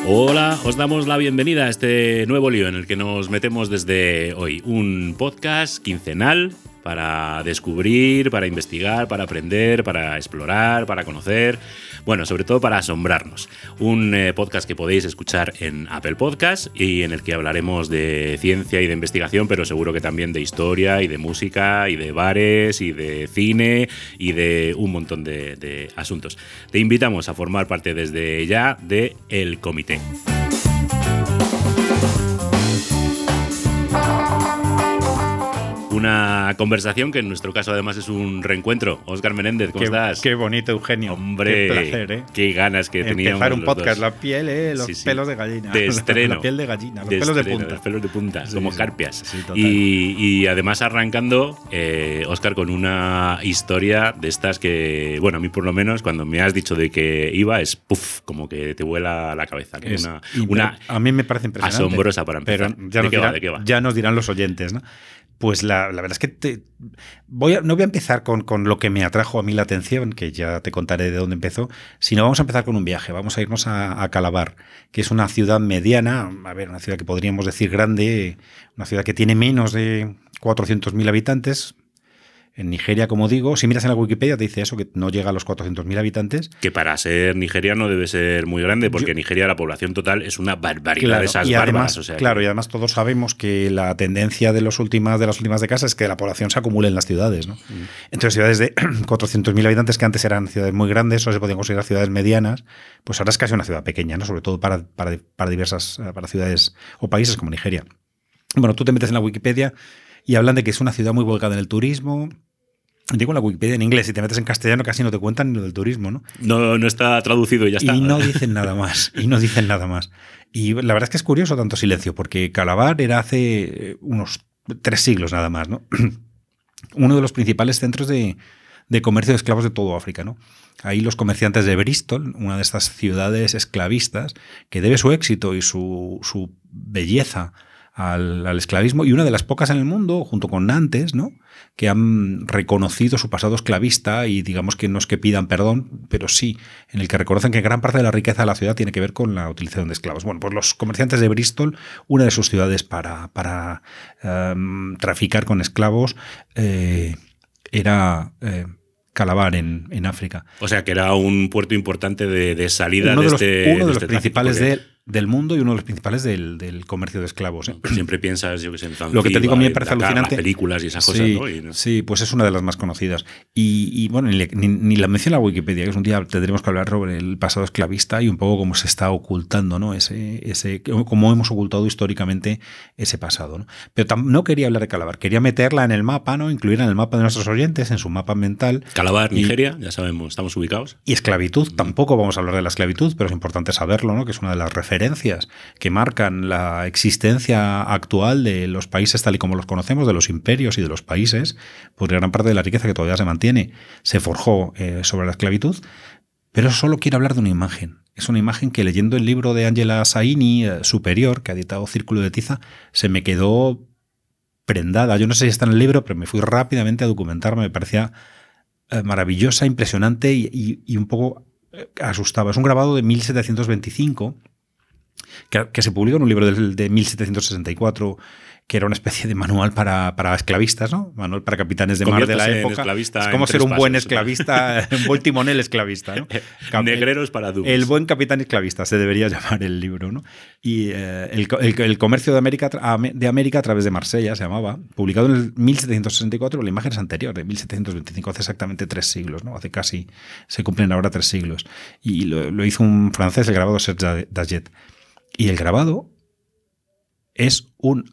Hola, os damos la bienvenida a este nuevo lío en el que nos metemos desde hoy. Un podcast quincenal para descubrir, para investigar, para aprender, para explorar, para conocer, bueno, sobre todo para asombrarnos. Un podcast que podéis escuchar en Apple Podcast y en el que hablaremos de ciencia y de investigación, pero seguro que también de historia y de música y de bares y de cine y de un montón de asuntos. Te invitamos a formar parte desde ya de El Comité. Una conversación que en nuestro caso además es un reencuentro. Óscar Menéndez, ¿cómo estás? Qué bonito, Eugenio. Hombre, qué placer, qué ganas que teníamos. Empezar un podcast, dos. La piel, los pelos de gallina. De estreno. La piel de gallina, los de pelos estreno, de punta. Los pelos de punta, Sí, como sí. carpias. Sí, total. Y además arrancando, Óscar, con una historia de estas que, bueno, a mí por lo menos, cuando me has dicho de que iba, es puff, como que te vuela la cabeza. Una a mí me parece impresionante. Asombrosa para empezar. Pero ya ¿De qué va? Ya nos dirán los oyentes, ¿no? Pues la verdad es que no voy a empezar con lo que me atrajo a mí la atención, que ya te contaré de dónde empezó, sino vamos a empezar con un viaje. Vamos a irnos a Calabar, que es una ciudad mediana, una ciudad que podríamos decir grande, una ciudad que tiene menos de 400.000 habitantes. En Nigeria, como digo, si miras en la Wikipedia te dice eso, que no llega a los 400.000 habitantes. Que para ser nigeriano debe ser muy grande, porque en Nigeria la población total es una barbaridad de esas bárbaras. Y además todos sabemos que la tendencia de las últimas décadas es que la población se acumule en las ciudades, ¿no? Entonces, ciudades de 400.000 habitantes, que antes eran ciudades muy grandes o se podían considerar ciudades medianas, pues ahora es casi una ciudad pequeña, ¿no? Sobre todo para ciudades o países como Nigeria. Bueno, tú te metes en la Wikipedia y hablan de que es una ciudad muy volcada en el turismo. Digo en la Wikipedia en inglés, si te metes en castellano casi no te cuentan ni lo del turismo, ¿no? No está traducido y ya está. Y no dicen nada más. Y la verdad es que es curioso tanto silencio, porque Calabar era hace unos 3 siglos nada más, ¿no? Uno de los principales centros de comercio de esclavos de todo África, ¿no? Ahí los comerciantes de Bristol, una de estas ciudades esclavistas, que debe su éxito y su belleza al esclavismo, y una de las pocas en el mundo, junto con Nantes, ¿no?, que han reconocido su pasado esclavista y digamos que no es que pidan perdón, pero sí, en el que reconocen que gran parte de la riqueza de la ciudad tiene que ver con la utilización de esclavos. Bueno, pues los comerciantes de Bristol, una de sus ciudades para traficar con esclavos, era Calabar en África. O sea, que era un puerto importante de salida uno de los los principales del mundo y uno de los principales del comercio de Esclavos. Siempre piensas, yo que sé, en Zanzíbar, lo que te digo a mí me parece Dakar, alucinante. Las películas y esas cosas, ¿no? Sí, pues es una de las más conocidas. Y bueno, ni la menciona la Wikipedia, que es un día tendremos que hablar sobre el pasado esclavista y un poco cómo se está ocultando, ¿no? Cómo hemos ocultado históricamente ese pasado, ¿no? Pero no quería hablar de Calabar, quería meterla en el mapa, ¿no? Incluirla en el mapa de nuestros oyentes, en su mapa mental. Calabar, Nigeria, ya sabemos, estamos ubicados. Y esclavitud, tampoco vamos a hablar de la esclavitud, pero es importante saberlo, ¿no? Que es una de las referencias que marcan la existencia actual de los países tal y como los conocemos, de los imperios y de los países, pues gran parte de la riqueza que todavía se mantiene se forjó sobre la esclavitud, pero solo quiero hablar de una imagen. Es una imagen que leyendo el libro de Angela Saini, Superior, que ha editado Círculo de Tiza, se me quedó prendada. Yo no sé si está en el libro, pero me fui rápidamente a documentarme, me parecía maravillosa, impresionante y un poco asustaba. Es un grabado de 1725 que se publicó en un libro de 1764, que era una especie de manual para esclavistas, ¿no? Manual para capitanes de mar de la época. Es como ser un buen esclavista, un buen timonel esclavista, ¿no? Negreros para dubs. El buen capitán esclavista se debería llamar el libro, ¿no? Y el comercio de América a través de Marsella se llamaba, publicado en el 1764, la imagen es anterior, de 1725, hace exactamente 3 siglos, ¿no? Se cumplen ahora 3 siglos. Y lo hizo un francés, el grabado Serge Daget. Y el grabado es un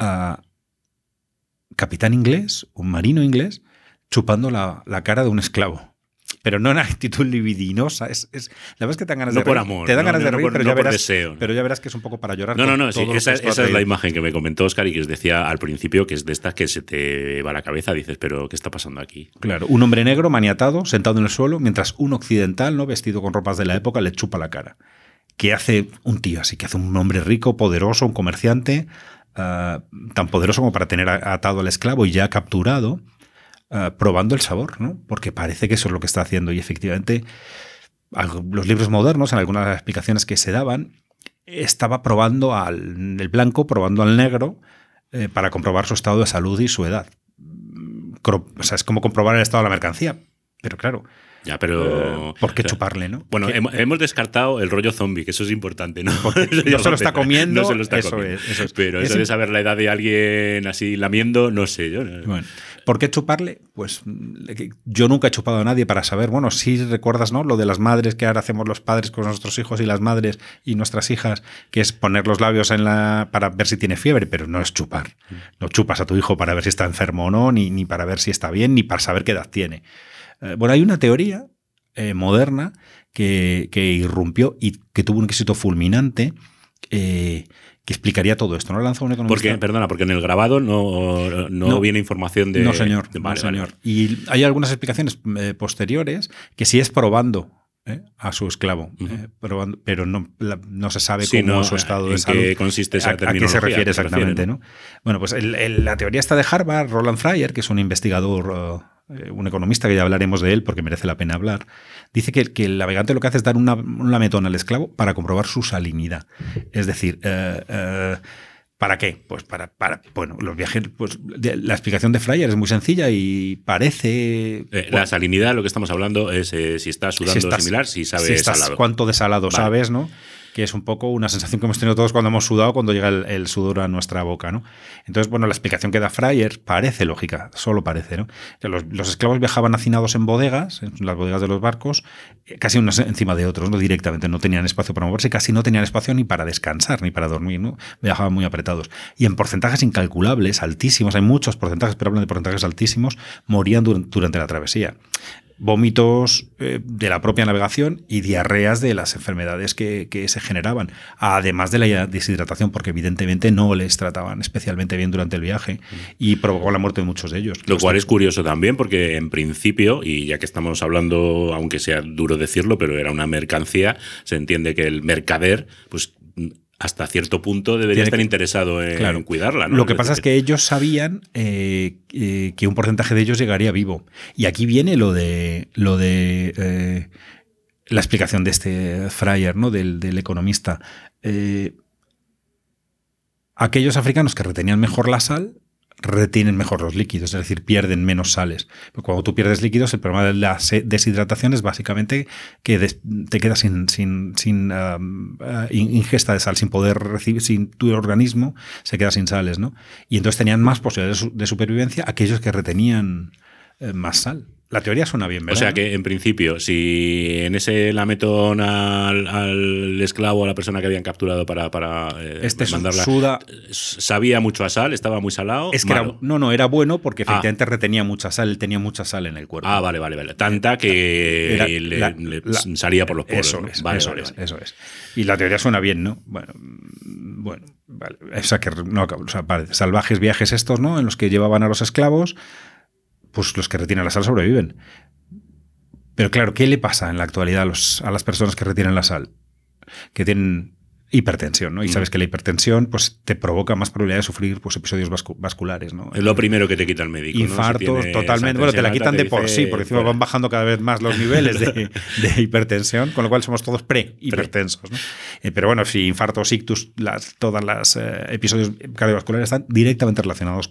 capitán inglés, un marino inglés, chupando la cara de un esclavo. Pero no en actitud libidinosa. La verdad es que te dan ganas de reír. No por amor. Te dan ganas de reír, pero ya verás que es un poco para llorar. Sí, esa es la imagen que me comentó Óscar y que os decía al principio, que es de estas que se te va a la cabeza. Dices, pero ¿qué está pasando aquí? Claro, un hombre negro maniatado, sentado en el suelo, mientras un occidental, ¿no?, vestido con ropas de la época, le chupa la cara. ¿Qué hace un tío así? Que hace un hombre rico, poderoso, un comerciante, tan poderoso como para tener atado al esclavo y ya capturado, probando el sabor, ¿no? Porque parece que eso es lo que está haciendo. Y efectivamente, los libros modernos, en algunas explicaciones que se daban, estaba probando el blanco, probando al negro para comprobar su estado de salud y su edad. O sea, es como comprobar el estado de la mercancía. Pero claro, ya, pero ¿por qué chuparle, no? Bueno, hemos descartado el rollo zombie, que eso es importante, ¿no? Porque no se lo está comiendo. No se lo está comiendo. Eso es. Pero eso de saber la edad de alguien así lamiendo, no sé yo. Bueno, ¿por qué chuparle? Pues yo nunca he chupado a nadie para saber. Bueno, sí recuerdas, ¿no? Lo de las madres que ahora hacemos los padres con nuestros hijos y las madres y nuestras hijas, que es poner los labios para ver si tiene fiebre, pero no es chupar. No chupas a tu hijo para ver si está enfermo o no, ni para ver si está bien, ni para saber qué edad tiene. Bueno, hay una teoría moderna que irrumpió y que tuvo un éxito fulminante que explicaría todo esto. ¿No lanzó un economista? Porque en el grabado no viene información de... No, señor. Vale, no, señor. Y hay algunas explicaciones posteriores que sí es probando a su esclavo, probando, pero no se sabe cómo es su estado de salud. ¿En qué consiste esa terminología? ¿A qué se refiere exactamente? ¿no? Bueno, pues la teoría está de Harvard, Roland Fryer, que es un investigador... un economista, que ya hablaremos de él porque merece la pena hablar, dice que el navegante lo que hace es dar un lametón al esclavo para comprobar su salinidad. Es decir, ¿para qué? Pues bueno, los viajes, pues la explicación de Fryer es muy sencilla y parece... la salinidad, lo que estamos hablando es si estás sudando similar, si sabes salado. Cuánto de salado sabes, ¿no? Que es un poco una sensación que hemos tenido todos cuando hemos sudado, cuando llega el sudor a nuestra boca, ¿no? Entonces, bueno, la explicación que da Fryer parece lógica, solo parece, ¿no? Que los esclavos viajaban hacinados en bodegas, en las bodegas de los barcos, casi unos encima de otros, ¿no? Directamente, no tenían espacio para moverse, casi no tenían espacio ni para descansar, ni para dormir, ¿no? Viajaban muy apretados. Y en porcentajes incalculables, altísimos, hay muchos porcentajes, pero hablan de porcentajes altísimos, morían durante la travesía. Vómitos de la propia navegación y diarreas de las enfermedades que se generaban, además de la deshidratación, porque evidentemente no les trataban especialmente bien durante el viaje y provocó la muerte de muchos de ellos. Lo cual es curioso también, porque en principio, y ya que estamos hablando, aunque sea duro decirlo, pero era una mercancía, se entiende que el mercader, pues hasta cierto punto debería estar interesado en cuidarla, ¿no? Lo que pasa es que ellos sabían que un porcentaje de ellos llegaría vivo. Y aquí viene lo de la explicación de este Fryer, ¿no? Del economista. Aquellos africanos que retenían mejor la sal retienen mejor los líquidos, es decir, pierden menos sales. Porque cuando tú pierdes líquidos, el problema de la deshidratación es básicamente que te quedas sin ingesta de sal, sin poder recibir, sin tu organismo se queda sin sales, ¿no? Y entonces tenían más posibilidades de supervivencia aquellos que retenían más sal. La teoría suena bien, ¿verdad? O sea que, en principio, si en ese lametón al esclavo, a la persona que habían capturado para mandarla, sabía mucho a sal, estaba muy salado. Es que era bueno porque efectivamente retenía mucha sal, él tenía mucha sal en el cuerpo. Vale. Tanta que le salía por los poros. Eso es. Y la teoría suena bien, ¿no? Bueno, vale. O sea, salvajes viajes estos, ¿no? En los que llevaban a los esclavos. Pues los que retienen la sal sobreviven. Pero claro, ¿qué le pasa en la actualidad a las personas que retienen la sal? Que tienen hipertensión, ¿no? Y sabes que la hipertensión pues, te provoca más probabilidad de sufrir pues, episodios vasculares, ¿no? Es lo primero que te quita el médico, infartos, ¿no? Totalmente. Bueno, te la quitan de por sí, porque encima van bajando cada vez más los niveles de hipertensión, con lo cual somos todos pre-hipertensos, ¿no? Pero bueno, si infartos, ictus, todas las episodios cardiovasculares están directamente relacionados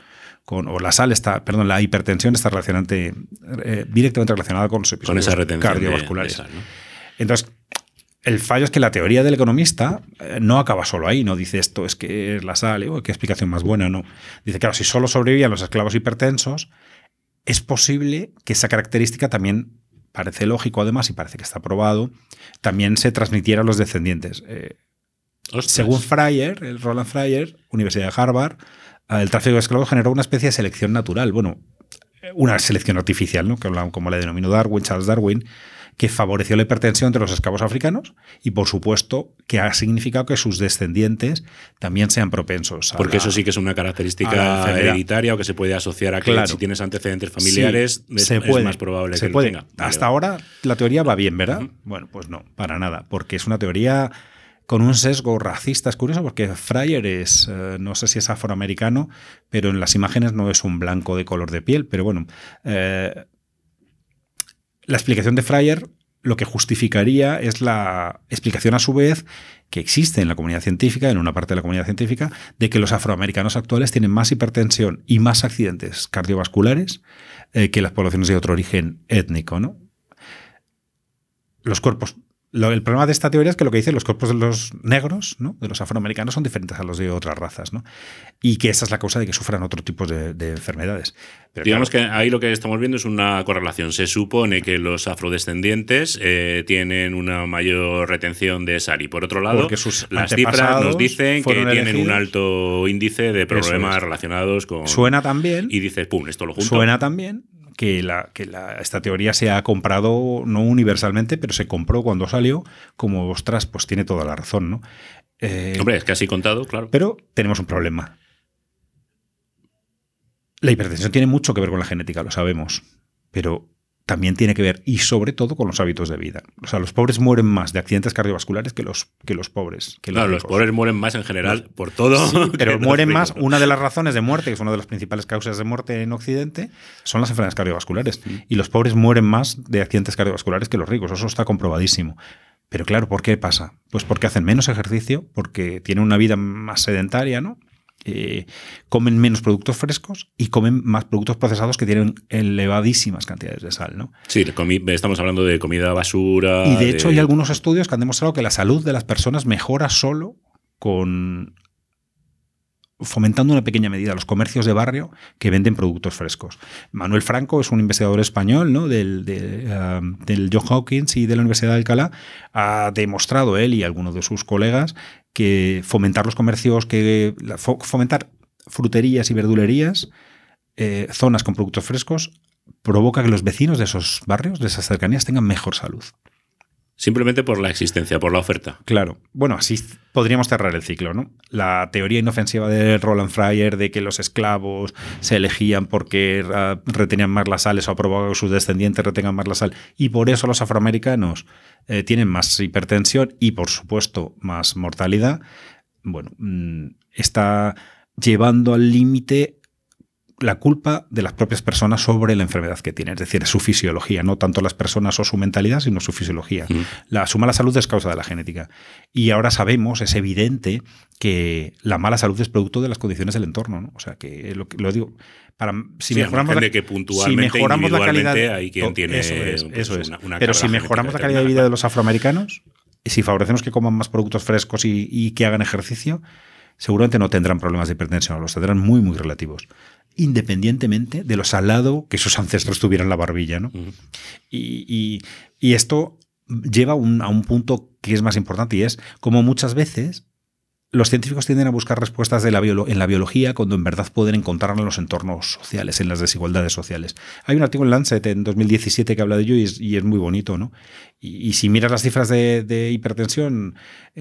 la hipertensión está directamente relacionada con los episodios cardiovasculares. ¿No? Entonces, el fallo es que la teoría del economista no acaba solo ahí, no dice esto es que es la sal, qué explicación más buena, no. Dice, claro, si solo sobrevivían los esclavos hipertensos, es posible que esa característica también, parece lógico además y parece que está probado, también se transmitiera a los descendientes. Según Fryer, Roland Fryer, Universidad de Harvard, el tráfico de esclavos generó una especie de selección natural, bueno, una selección artificial, ¿no? Como la denominó Charles Darwin, que favoreció la hipertensión de los esclavos africanos y, por supuesto, que ha significado que sus descendientes también sean propensos porque eso sí que es una característica hereditaria o que se puede asociar a que si tienes antecedentes familiares es más probable que lo tenga. Hasta ahora la teoría va bien, ¿verdad? Bueno, pues no, para nada, porque es una teoría con un sesgo racista. Es curioso porque Fryer es, no sé si es afroamericano, pero en las imágenes no es un blanco de color de piel. Pero bueno, la explicación de Fryer lo que justificaría es la explicación a su vez que existe en la comunidad científica, en una parte de la comunidad científica, de que los afroamericanos actuales tienen más hipertensión y más accidentes cardiovasculares que las poblaciones de otro origen étnico, ¿no? Los cuerpos... El problema de esta teoría es que lo que dice los cuerpos de los negros, ¿no? De los afroamericanos, son diferentes a los de otras razas, ¿no? Y que esa es la causa de que sufran otro tipo de enfermedades. Pero digamos claro, que ahí lo que estamos viendo es una correlación. Se supone que los afrodescendientes tienen una mayor retención de sal y por otro lado las cifras nos dicen que tienen un alto índice de problemas relacionados con... Suena también. Y dices, pum, esto lo junto. Suena también que esta teoría se ha comprado, no universalmente, pero se compró cuando salió, como, ostras, pues tiene toda la razón, ¿no? Hombre, es que así contado, claro. Pero tenemos un problema. La hipertensión tiene mucho que ver con la genética, lo sabemos, pero también tiene que ver, y sobre todo, con los hábitos de vida. O sea, los pobres mueren más de accidentes cardiovasculares que los pobres. Claro, los pobres mueren más en general por todo. Sí, pero mueren más. Una de las razones de muerte, que es una de las principales causas de muerte en Occidente, son las enfermedades cardiovasculares. Y los pobres mueren más de accidentes cardiovasculares que los ricos. Eso está comprobadísimo. Pero claro, ¿por qué pasa? Pues porque hacen menos ejercicio, porque tienen una vida más sedentaria, ¿no? Comen menos productos frescos y comen más productos procesados que tienen elevadísimas cantidades de sal, ¿no? Sí, estamos hablando de comida basura. Y de hecho hay algunos estudios que han demostrado que la salud de las personas mejora solo con fomentando una pequeña medida los comercios de barrio que venden productos frescos. Manuel Franco es un investigador español, ¿no? del Johns Hopkins y de la Universidad de Alcalá. Ha demostrado él y algunos de sus colegas que fomentar los comercios, fomentar fruterías y verdulerías, zonas con productos frescos, provoca que los vecinos de esos barrios, de esas cercanías, tengan mejor salud. Simplemente por la existencia, por la oferta. Claro. Bueno, así podríamos cerrar el ciclo, ¿no? La teoría inofensiva de Roland Fryer de que los esclavos se elegían porque retenían más las sales o ha provocado que sus descendientes retengan más la sal y por eso los afroamericanos tienen más hipertensión y, por supuesto, más mortalidad, bueno, está llevando al límite la culpa de las propias personas sobre la enfermedad que tienen, es decir, su fisiología, no tanto las personas o su mentalidad, sino su fisiología. Su mala salud es causa de la genética. Y ahora sabemos, es evidente, que la mala salud es producto de las condiciones del entorno, ¿no? O sea, que lo digo, si mejoramos la calidad, hay quien tiene eso es. Una pero si mejoramos la calidad de vida de los afroamericanos, y si favorecemos que coman más productos frescos y que hagan ejercicio, seguramente no tendrán problemas de hipertensión, los tendrán muy, muy relativos, independientemente de lo salado que sus ancestros tuvieran la barbilla, ¿no? Y esto lleva a un punto que es más importante, y es como muchas veces los científicos tienden a buscar respuestas en la biología cuando en verdad pueden encontrarlas en los entornos sociales, en las desigualdades sociales. Hay un artículo en Lancet en 2017 que habla de ello y es muy bonito, ¿no? Y si miras las cifras de hipertensión,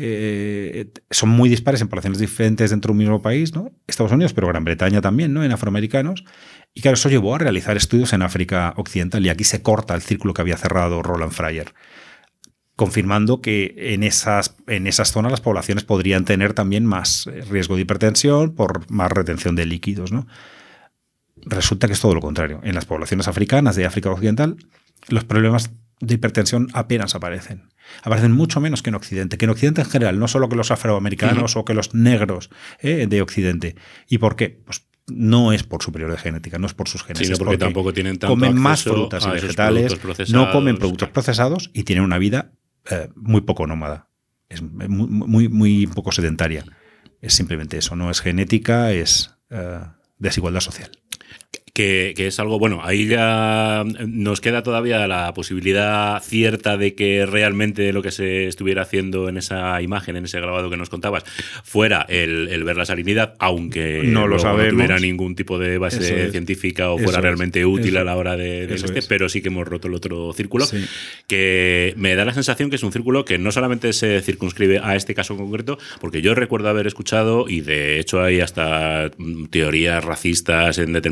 son muy dispares en poblaciones diferentes dentro de un mismo país, ¿no? Estados Unidos, pero Gran Bretaña también, ¿no? En afroamericanos. Y claro, eso llevó a realizar estudios en África Occidental y aquí se corta el círculo que había cerrado Roland Fryer, confirmando que en esas zonas las poblaciones podrían tener también más riesgo de hipertensión por más retención de líquidos, ¿no? Resulta que es todo lo contrario. En las poblaciones africanas de África Occidental, los problemas de hipertensión apenas aparecen. Aparecen mucho menos que en Occidente. Que en Occidente en general, no solo que los afroamericanos o que los negros de Occidente. ¿Y por qué? Pues no es por su periodo de genética, no es por sus genes. Sí, no porque tampoco tienen tanto comen más frutas y vegetales, no comen productos procesados y tienen una vida muy poco nómada, es muy poco sedentaria. Es simplemente eso, no es genética, es desigualdad social. Que es algo, bueno, ahí ya nos queda todavía la posibilidad cierta de que realmente lo que se estuviera haciendo en esa imagen, en ese grabado que nos contabas, fuera el ver la salinidad, aunque no tuviera ningún tipo de base científica o fuera realmente útil a la hora de pero sí que hemos roto el otro círculo, que me da la sensación que es un círculo que no solamente se circunscribe a este caso concreto, porque yo recuerdo haber escuchado, y de hecho hay hasta teorías racistas en determinados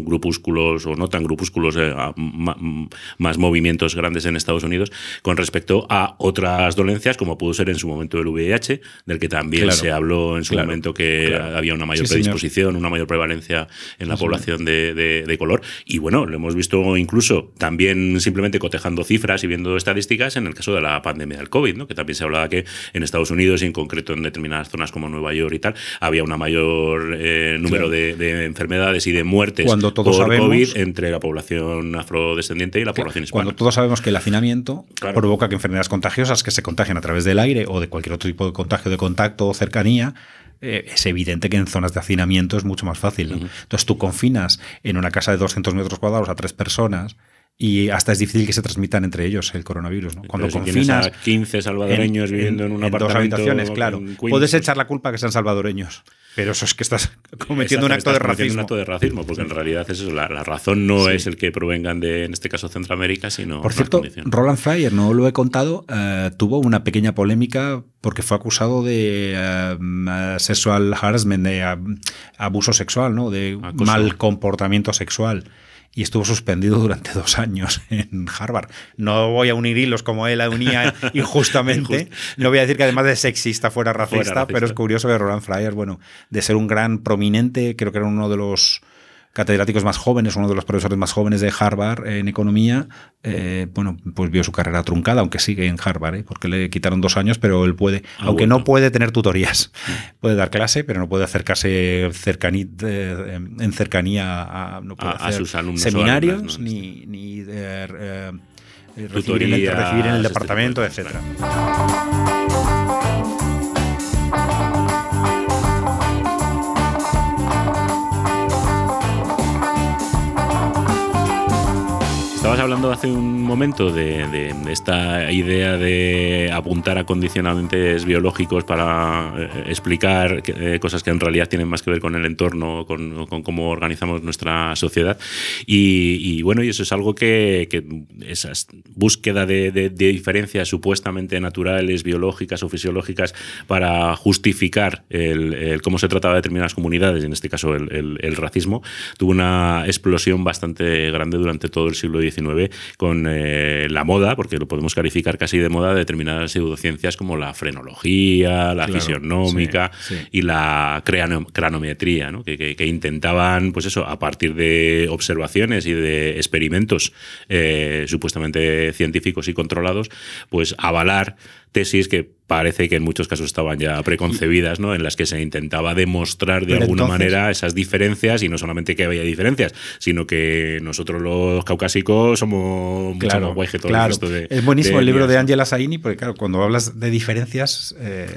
grupúsculos o no tan grupúsculos, más movimientos grandes en Estados Unidos con respecto a otras dolencias, como pudo ser en su momento el VIH, del que también se habló en su momento que había una mayor predisposición, una mayor prevalencia en la población de color. Y bueno, lo hemos visto incluso también simplemente cotejando cifras y viendo estadísticas en el caso de la pandemia del COVID, ¿no? Que también se hablaba que en Estados Unidos y en concreto en determinadas zonas como Nueva York y tal, había una mayor número de enfermedades y de muertes por COVID entre la población afrodescendiente y la población hispana. Cuando todos sabemos que el hacinamiento provoca que enfermedades contagiosas que se contagian a través del aire o de cualquier otro tipo de contagio de contacto o cercanía, es evidente que en zonas de hacinamiento es mucho más fácil, ¿no? Entonces tú confinas en una casa de 200 metros cuadrados a 3 personas y hasta es difícil que se transmitan entre ellos el coronavirus, ¿no? Cuando si confinas a 15 salvadoreños viviendo en un apartamento, 2 habitaciones, claro, puedes echar la culpa que sean salvadoreños, pero eso es que estás cometiendo un acto de racismo. Un acto de racismo, porque en realidad es eso, la razón no es el que provengan de, en este caso, Centroamérica, sino por cierto, Roland Fryer, no lo he contado, tuvo una pequeña polémica porque fue acusado de sexual harassment, de abuso sexual, ¿no? De acoso. Mal comportamiento sexual. Y estuvo suspendido durante 2 años en Harvard. No voy a unir hilos como él unía injustamente. No voy a decir que además de sexista fuera racista, pero es curioso que Roland Fryer, bueno, de ser un gran prominente, creo que era uno de los catedráticos más jóvenes, uno de los profesores más jóvenes de Harvard en economía, bueno, pues vio su carrera truncada, aunque sigue en Harvard, porque le quitaron 2 años, pero él puede, aunque no puede tener tutorías, puede dar clase, pero no puede acercarse en cercanía no puede hacer sus alumnos seminarios, alumnas, ¿no? ni recibir en el departamento, etcétera. Estabas hablando hace un momento de esta idea de apuntar a condicionantes biológicos para explicar cosas que en realidad tienen más que ver con el entorno, con cómo organizamos nuestra sociedad. Y bueno, y eso es algo que esa búsqueda de diferencias supuestamente naturales, biológicas o fisiológicas para justificar el cómo se trataba de determinadas comunidades, en este caso el racismo, tuvo una explosión bastante grande durante todo el siglo XIX con la moda, porque lo podemos calificar casi de moda, de determinadas pseudociencias como la frenología, la fisiognomia y la cranometría, ¿no? que intentaban, pues eso, a partir de observaciones y de experimentos supuestamente científicos y controlados, pues avalar tesis que parece que en muchos casos estaban ya preconcebidas, ¿no? En las que se intentaba demostrar de alguna manera esas diferencias, y no solamente que había diferencias, sino que nosotros los caucásicos somos mucho más guay que todo el resto de... Es buenísimo el libro de Angela Saini, porque claro, cuando hablas de diferencias...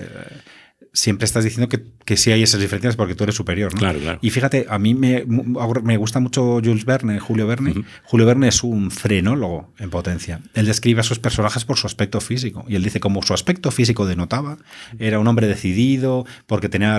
siempre estás diciendo que sí hay esas diferencias porque tú eres superior, ¿no? Claro. Y fíjate, a mí me gusta mucho Julio Verne. Uh-huh. Julio Verne es un frenólogo en potencia. Él describe a sus personajes por su aspecto físico. Y él dice, como su aspecto físico denotaba, era un hombre decidido, porque tenía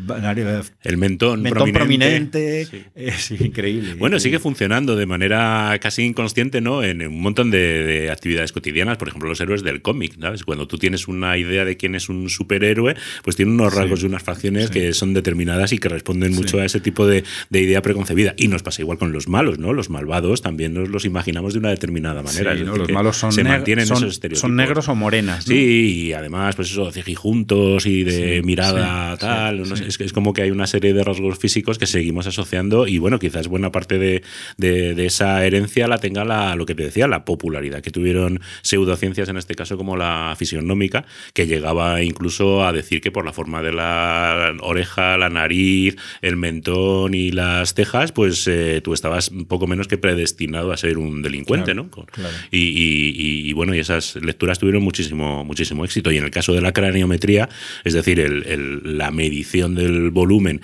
el mentón prominente. Sí. Es increíble. Bueno, sigue funcionando de manera casi inconsciente, ¿no? En un montón de actividades cotidianas. Por ejemplo, los héroes del cómic, ¿sabes? Cuando tú tienes una idea de quién es un superhéroe, pues tiene unos rasgos y unas facciones que son determinadas y que responden mucho a ese tipo de idea preconcebida. Y nos pasa igual con los malos, ¿no? Los malvados también nos los imaginamos de una determinada manera. Sí, ¿no? Los malos se mantienen esos estereotipos. Son negros o morenas, ¿no? Sí, y además, pues eso, cejijuntos y de mirada tal. No sé, es como que hay una serie de rasgos físicos que seguimos asociando y, bueno, quizás buena parte de esa herencia la tenga lo que te decía, la popularidad que tuvieron pseudociencias, en este caso como la fisiognomia, que llegaba incluso a decir que por la forma de la oreja, la nariz, el mentón y las cejas, pues tú estabas poco menos que predestinado a ser un delincuente, ¿no? Claro. Y bueno, y esas lecturas tuvieron muchísimo éxito. Y en el caso de la craniometría, es decir, la medición del volumen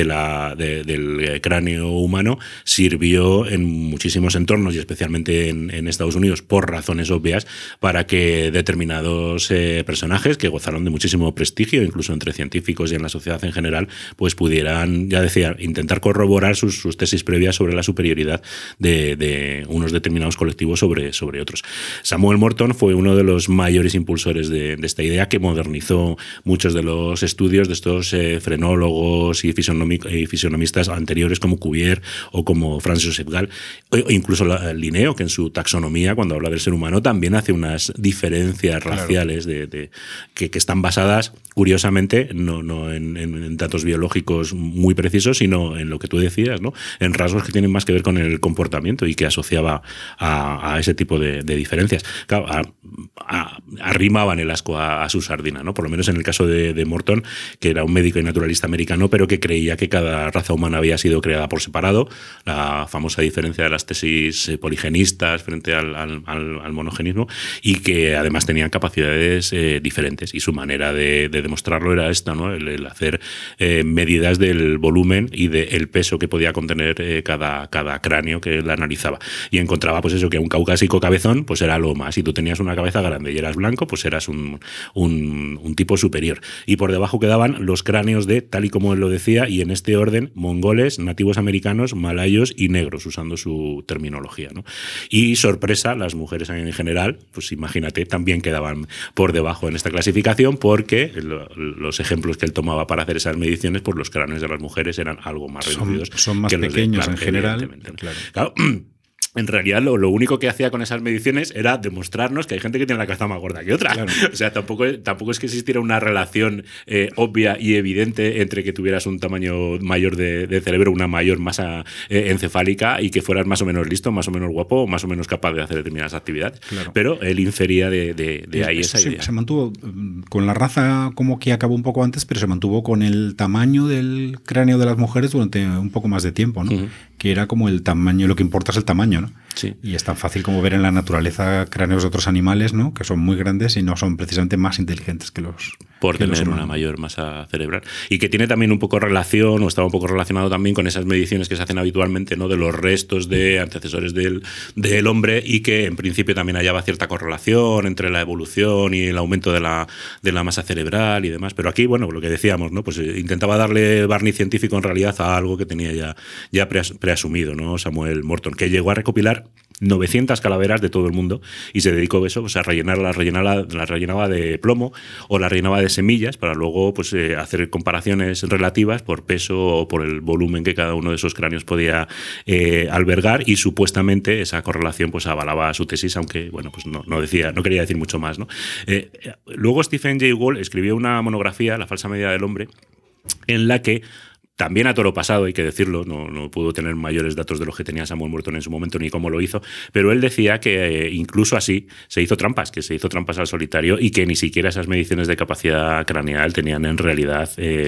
del cráneo humano, sirvió en muchísimos entornos y especialmente en Estados Unidos, por razones obvias, para que determinados personajes que gozaron de muchísimo prestigio, incluso entre científicos y en la sociedad en general, pues pudieran, ya decía, intentar corroborar sus tesis previas sobre la superioridad de unos determinados colectivos sobre otros. Samuel Morton fue uno de los mayores impulsores de esta idea, que modernizó muchos de los estudios de estos frenólogos y fisionomistas anteriores como Cuvier o como Francis Joseph Gall, o incluso Linneo, que en su taxonomía, cuando habla del ser humano, también hace unas diferencias raciales que están basadas, curiosamente, no en datos biológicos muy precisos, sino en lo que tú decías, ¿no? En rasgos que tienen más que ver con el comportamiento y que asociaba a ese tipo de diferencias. Claro, arrimaban el asco a su sardina, ¿no? Por lo menos en el caso de Morton, que era un médico y naturalista americano, pero que creía que cada raza humana había sido creada por separado, la famosa diferencia de las tesis poligenistas frente al monogenismo, y que además tenían capacidades diferentes, y su manera de demostrarlo era esta, ¿no? El hacer medidas del volumen y del peso que podía contener cada cráneo que él analizaba, y encontraba pues eso, que un caucásico cabezón pues era lo más, si tú tenías una cabeza grande y eras blanco, pues eras un tipo superior, y por debajo quedaban los cráneos de, tal y como él lo decía, y en este orden, mongoles, nativos americanos, malayos y negros, usando su terminología, ¿no? Y sorpresa, las mujeres en general, pues imagínate, también quedaban por debajo en esta clasificación, porque los ejemplos que él tomaba para hacer esas mediciones, pues los cráneos de las mujeres eran algo más reducidos. Son más pequeños en general. Claro. En realidad lo único que hacía con esas mediciones era demostrarnos que hay gente que tiene la cabeza más gorda que otra. Claro. O sea, tampoco es que existiera una relación obvia y evidente entre que tuvieras un tamaño mayor de cerebro, una mayor masa encefálica, y que fueras más o menos listo, más o menos guapo, más o menos capaz de hacer determinadas actividades. Claro. Pero él infería de ahí esa idea. Se mantuvo con la raza, como que acabó un poco antes, pero se mantuvo con el tamaño del cráneo de las mujeres durante un poco más de tiempo, ¿no? Que era como el tamaño, lo que importa es el tamaño, ¿no? Sí. Y es tan fácil como ver en la naturaleza cráneos de otros animales, ¿no? Que son muy grandes y no son precisamente más inteligentes que los por que tener una mayor masa cerebral. Y que tiene también un poco relación, o estaba un poco relacionado también con esas mediciones que se hacen habitualmente, ¿no? De los restos de antecesores del hombre, y que en principio también hallaba cierta correlación entre la evolución y el aumento de la masa cerebral y demás. Pero aquí, bueno, lo que decíamos, ¿no? Pues intentaba darle barniz científico en realidad a algo que tenía ya preasumido, ¿no? Samuel Morton, que llegó a recopilar 900 calaveras de todo el mundo y se dedicó a eso, pues a las rellenaba de plomo o las rellenaba de semillas para luego pues hacer comparaciones relativas por peso o por el volumen que cada uno de esos cráneos podía albergar, y supuestamente esa correlación pues avalaba su tesis, aunque bueno, pues no quería decir mucho más, ¿no? Luego Stephen Jay Gould escribió una monografía, La falsa medida del hombre, en la que también a toro pasado, hay que decirlo, no pudo tener mayores datos de los que tenía Samuel Morton en su momento ni cómo lo hizo, pero él decía que incluso así se hizo trampas al solitario, y que ni siquiera esas mediciones de capacidad craneal tenían en realidad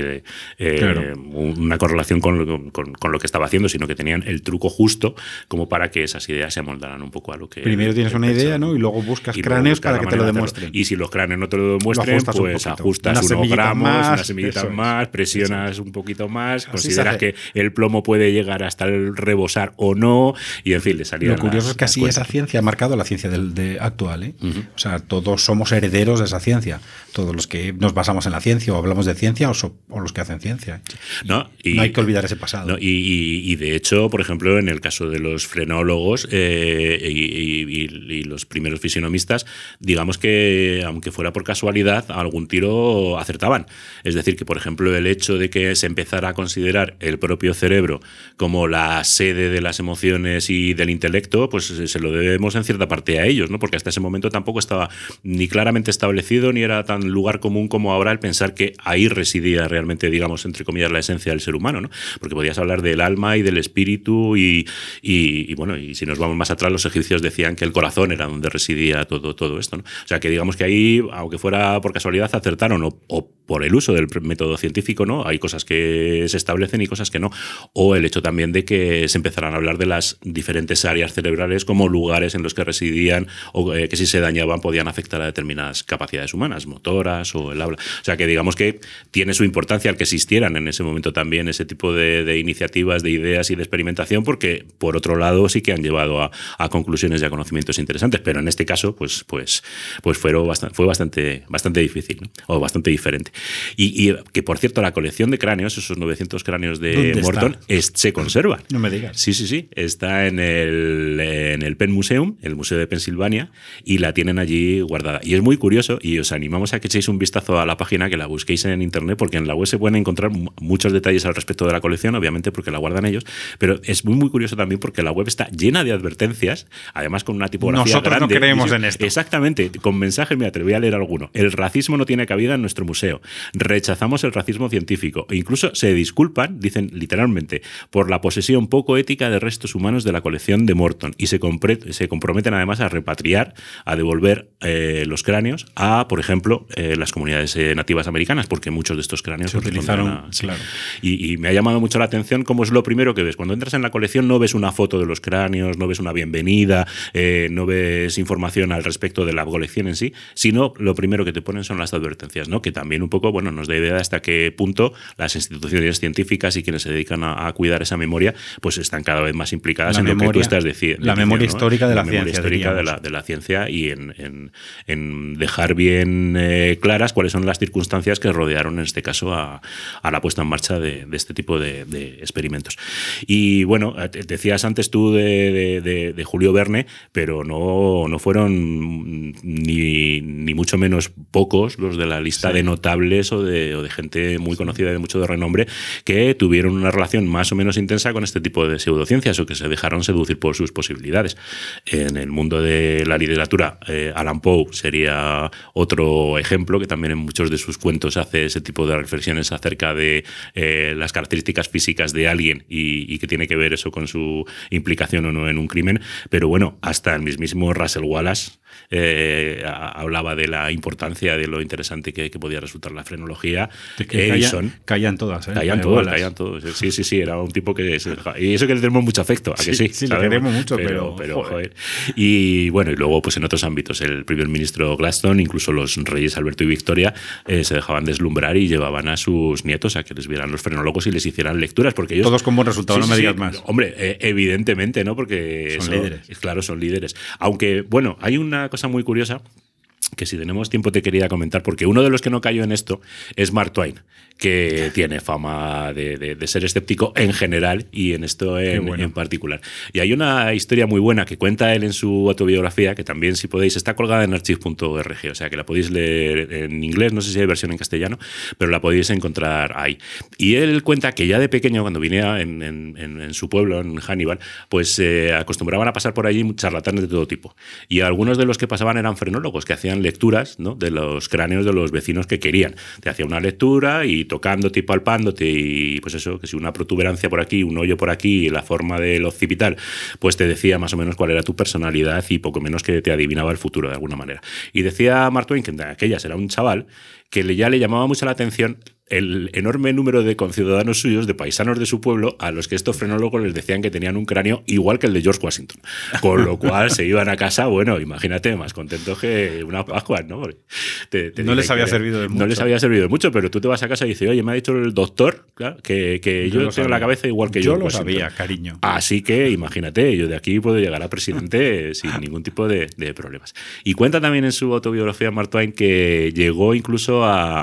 una correlación con lo que estaba haciendo, sino que tenían el truco justo como para que esas ideas se amoldaran un poco a lo que... Primero tienes una idea, ¿no? Y luego buscas cráneos para que te lo demuestren. Y si los cráneos no te lo demuestren, pues ajustas unos gramos, unas semillitas más, presionas un poquito más, consideras que el plomo puede llegar hasta el rebosar o no, y en fin, le salían. Lo curioso es que así esa ciencia ha marcado la ciencia actual, ¿eh? O sea, todos somos herederos de esa ciencia, todos los que nos basamos en la ciencia o hablamos de ciencia o los que hacen ciencia. No hay que olvidar ese pasado. No, y de hecho, por ejemplo, en el caso de los frenólogos y los primeros fisionomistas, digamos que, aunque fuera por casualidad, algún tiro acertaban. Es decir, que por ejemplo el hecho de que se empezara a considerar el propio cerebro como la sede de las emociones y del intelecto, pues se lo debemos en cierta parte a ellos, ¿no? Porque hasta ese momento tampoco estaba ni claramente establecido, ni era tan lugar común como ahora el pensar que ahí residía realmente, digamos, entre comillas, la esencia del ser humano, ¿no? Porque podías hablar del alma y del espíritu y bueno, y si nos vamos más atrás, los egipcios decían que el corazón era donde residía todo esto, ¿no? O sea, que digamos que ahí, aunque fuera por casualidad, acertaron o por el uso del método científico, ¿no? Hay cosas que se establecen y cosas que no. O el hecho también de que se empezaran a hablar de las diferentes áreas cerebrales como lugares en los que residían, o que si se dañaban podían afectar a determinadas capacidades humanas, motoras o el habla. O sea, que digamos que tiene su importancia el que existieran en ese momento también ese tipo de iniciativas, de ideas y de experimentación, porque por otro lado sí que han llevado a conclusiones y a conocimientos interesantes, pero en este caso fue bastante difícil, ¿no? O bastante diferente. Y que, por cierto, la colección de cráneos, esos 900 cráneos de Morton, se conservan. No me digas. Sí. Está en el Penn Museum, el Museo de Pensilvania, y la tienen allí guardada. Y es muy curioso, y os animamos a que echéis un vistazo a la página, que la busquéis en internet, porque en la web se pueden encontrar muchos detalles al respecto de la colección, obviamente porque la guardan ellos, pero es muy curioso también porque la web está llena de advertencias, además con una tipografía Nosotros grande. No creemos en esto. Exactamente, con mensajes, mira, te voy a leer alguno. El racismo no tiene cabida en nuestro museo. Rechazamos el racismo científico. E incluso se disculpan, dicen literalmente, por la posesión poco ética de restos humanos de la colección de Morton, y se comprometen además a repatriar, a devolver los cráneos a, por ejemplo, las comunidades nativas americanas, porque muchos de estos cráneos se utilizaron. Claro. Y me ha llamado mucho la atención cómo es lo primero que ves. Cuando entras en la colección no ves una foto de los cráneos, no ves una bienvenida, no ves información al respecto de la colección en sí, sino lo primero que te ponen son las advertencias, ¿no? Que también un poco, bueno, nos da idea de hasta qué punto las instituciones científicas y quienes se dedican a cuidar esa memoria, pues están cada vez más implicadas en lo que tú estás diciendo. La memoria histórica de la memoria ciencia. Histórica de la ciencia, y en dejar bien claras cuáles son las circunstancias que rodearon en este caso a la puesta en marcha de este tipo de experimentos. Y bueno, decías antes tú de Julio Verne, pero no fueron ni mucho menos pocos los de la lista de notables o de gente muy conocida, de mucho de renombre, que tuvieron una relación más o menos intensa con este tipo de pseudociencias o que se dejaron seducir por sus posibilidades. En el mundo de la literatura, Allan Poe sería otro ejemplo, que también en muchos de sus cuentos hace ese tipo de reflexiones acerca de las características físicas de alguien y que tiene que ver eso con su implicación o no en un crimen. Pero bueno, hasta el mismísimo Russell Wallace hablaba de la importancia, de lo interesante que podía resultar la frenología. Edison. Caían todas. Caían todos. Sí, era un tipo que... Y eso que le tenemos mucho afecto, ¿a que sí? Sí, le queremos mucho, pero joder. Y bueno, y luego pues en otros ámbitos, el primer ministro Gladstone, incluso los reyes Alberto y Victoria, se dejaban deslumbrar y llevaban a sus nietos a que les vieran los frenólogos y les hicieran lecturas, porque ellos... Todos con buen resultado, no me digas más. Hombre, evidentemente, ¿no? Porque son líderes. Claro, son líderes. Aunque, bueno, hay una cosa muy curiosa que si tenemos tiempo te quería comentar, porque uno de los que no cayó en esto es Mark Twain, que tiene fama de ser escéptico en general y en esto en particular. Y hay una historia muy buena que cuenta él en su autobiografía, que también, si podéis, está colgada en archive.org, o sea que la podéis leer en inglés, no sé si hay versión en castellano, pero la podéis encontrar ahí. Y él cuenta que ya de pequeño, cuando vivía en su pueblo, en Hannibal, pues acostumbraban a pasar por allí charlatanes de todo tipo. Y algunos de los que pasaban eran frenólogos, que hacían lecturas, ¿no?, de los cráneos de los vecinos que querían. Te hacía una lectura y tocándote y palpándote, y pues eso, que si una protuberancia por aquí, un hoyo por aquí, la forma del occipital, pues te decía más o menos cuál era tu personalidad y poco menos que te adivinaba el futuro de alguna manera. Y decía Mark Twain que en aquellas era un chaval que ya le llamaba mucho la atención el enorme número de conciudadanos suyos, de paisanos de su pueblo, a los que estos frenólogos les decían que tenían un cráneo igual que el de George Washington. Con lo cual se iban a casa, bueno, imagínate, más contentos que una Pascua, ¿no? No les había servido de mucho. No les había servido de mucho, pero tú te vas a casa y dices, oye, me ha dicho el doctor, claro, que yo tengo la cabeza igual que George Washington. Yo lo sabía, cariño. Así que imagínate, yo de aquí puedo llegar a presidente sin ningún tipo de problemas. Y cuenta también en su autobiografía Mark Twain que llegó incluso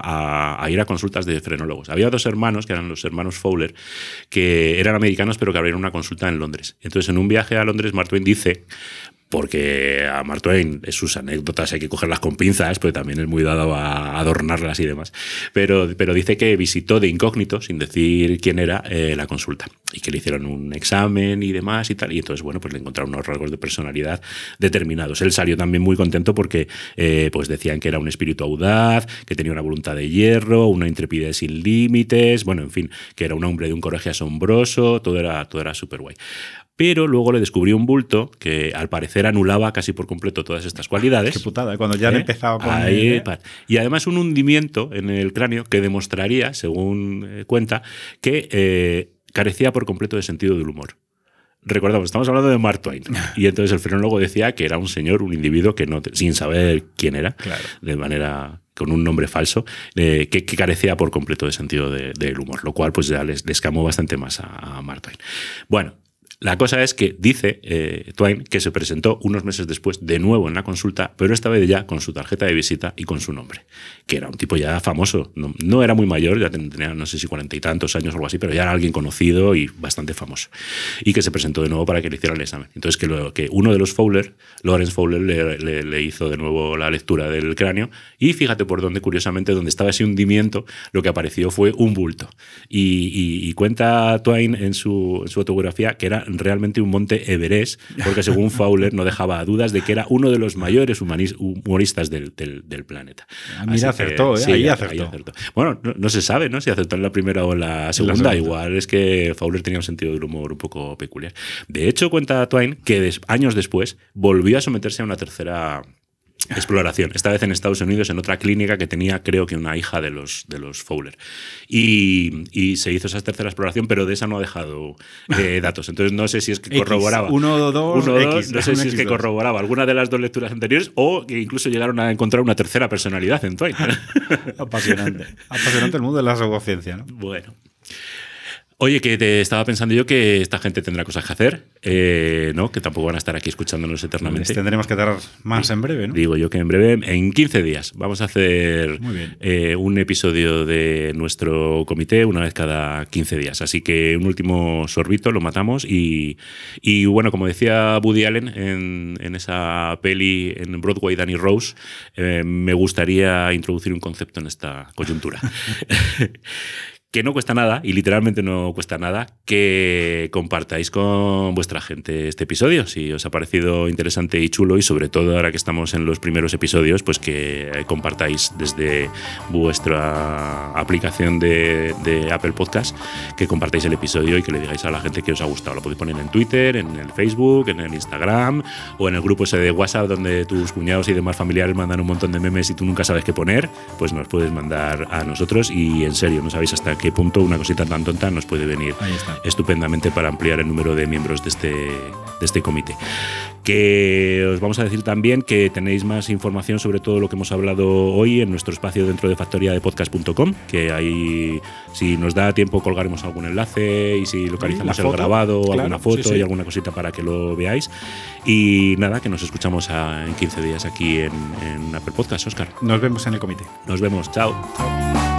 a ir a consultas de frenólogos. Había dos hermanos, que eran los hermanos Fowler, que eran americanos, pero que abrieron una consulta en Londres. Entonces, en un viaje a Londres, Mark Twain dice, porque a Mark Twain sus anécdotas hay que cogerlas con pinzas, pero también es muy dado a adornarlas y demás, pero dice que visitó de incógnito, sin decir quién era, la consulta, y que le hicieron un examen y demás y tal, y entonces, bueno, pues le encontraron unos rasgos de personalidad determinados. Él salió también muy contento porque pues decían que era un espíritu audaz, que tenía una voluntad de hierro, una intrepidez sin límites, bueno, en fin, que era un hombre de un coraje asombroso, todo era súper guay. Pero luego le descubrió un bulto que al parecer anulaba casi por completo todas estas cualidades. Qué putada, cuando ya han empezado con... Y además un hundimiento en el cráneo que demostraría, según cuenta, que carecía por completo de sentido del humor. Recordamos, estamos hablando de Mark Twain. Y entonces el frenólogo decía que era un señor, un individuo que no, sin saber quién era, claro, de manera... con un nombre falso, que carecía por completo de sentido del humor, lo cual pues ya les camó bastante más a Mark Twain. Bueno, La cosa es que dice Twain que se presentó unos meses después de nuevo en la consulta, pero esta vez ya con su tarjeta de visita y con su nombre, que era un tipo ya famoso. No era muy mayor, ya tenía no sé si 40 y tantos años o algo así, pero ya era alguien conocido y bastante famoso. Y que se presentó de nuevo para que le hicieran el examen. Entonces que uno de los Fowler, Lawrence Fowler, le hizo de nuevo la lectura del cráneo y fíjate por dónde, curiosamente, donde estaba ese hundimiento, lo que apareció fue un bulto. Y cuenta Twain en su autobiografía que era realmente un monte Everest, porque según Fowler no dejaba dudas de que era uno de los mayores humoristas del planeta. Mira, acertó, sí, ahí acertó. Bueno, no se sabe, ¿no?, si acertó en la primera o en la segunda. Igual es que Fowler tenía un sentido del humor un poco peculiar. De hecho, cuenta Twain que años después volvió a someterse a una tercera exploración, esta vez en Estados Unidos, en otra clínica que tenía, creo que una hija de los Fowler. Y se hizo esa tercera exploración, pero de esa no ha dejado datos. Entonces no sé si es que corroboraba. 1, 2, X. No sé si es que corroboraba alguna de las dos lecturas anteriores o que incluso llegaron a encontrar una tercera personalidad en Twain. Apasionante. Apasionante el mundo de la pseudociencia, ¿no? Bueno. Oye, que te estaba pensando yo que esta gente tendrá cosas que hacer, ¿no? Que tampoco van a estar aquí escuchándonos eternamente. Les tendremos que dar más en breve, ¿no? Digo yo que en breve, en 15 días, vamos a hacer un episodio de nuestro comité una vez cada 15 días. Así que un último sorbito, lo matamos y bueno, como decía Woody Allen en esa peli en Broadway, Danny Rose, me gustaría introducir un concepto en esta coyuntura. Que no cuesta nada, y literalmente no cuesta nada, que compartáis con vuestra gente este episodio. Si os ha parecido interesante y chulo, y sobre todo ahora que estamos en los primeros episodios, pues que compartáis desde vuestra aplicación de Apple Podcast, que compartáis el episodio y que le digáis a la gente que os ha gustado. Lo podéis poner en Twitter, en el Facebook, en el Instagram o en el grupo ese de WhatsApp donde tus cuñados y demás familiares mandan un montón de memes y tú nunca sabes qué poner, pues nos puedes mandar a nosotros y en serio, no sabéis hasta qué punto una cosita tan tonta nos puede venir estupendamente para ampliar el número de miembros de este comité. Que os vamos a decir también que tenéis más información sobre todo lo que hemos hablado hoy en nuestro espacio dentro de factoriadepodcast.com, que ahí, si nos da tiempo, colgaremos algún enlace y si localizamos el grabado, claro, alguna foto y alguna cosita para que lo veáis. Y nada, que nos escuchamos en 15 días aquí en Apple Podcast, Óscar. Nos vemos en el comité. Nos vemos, chao.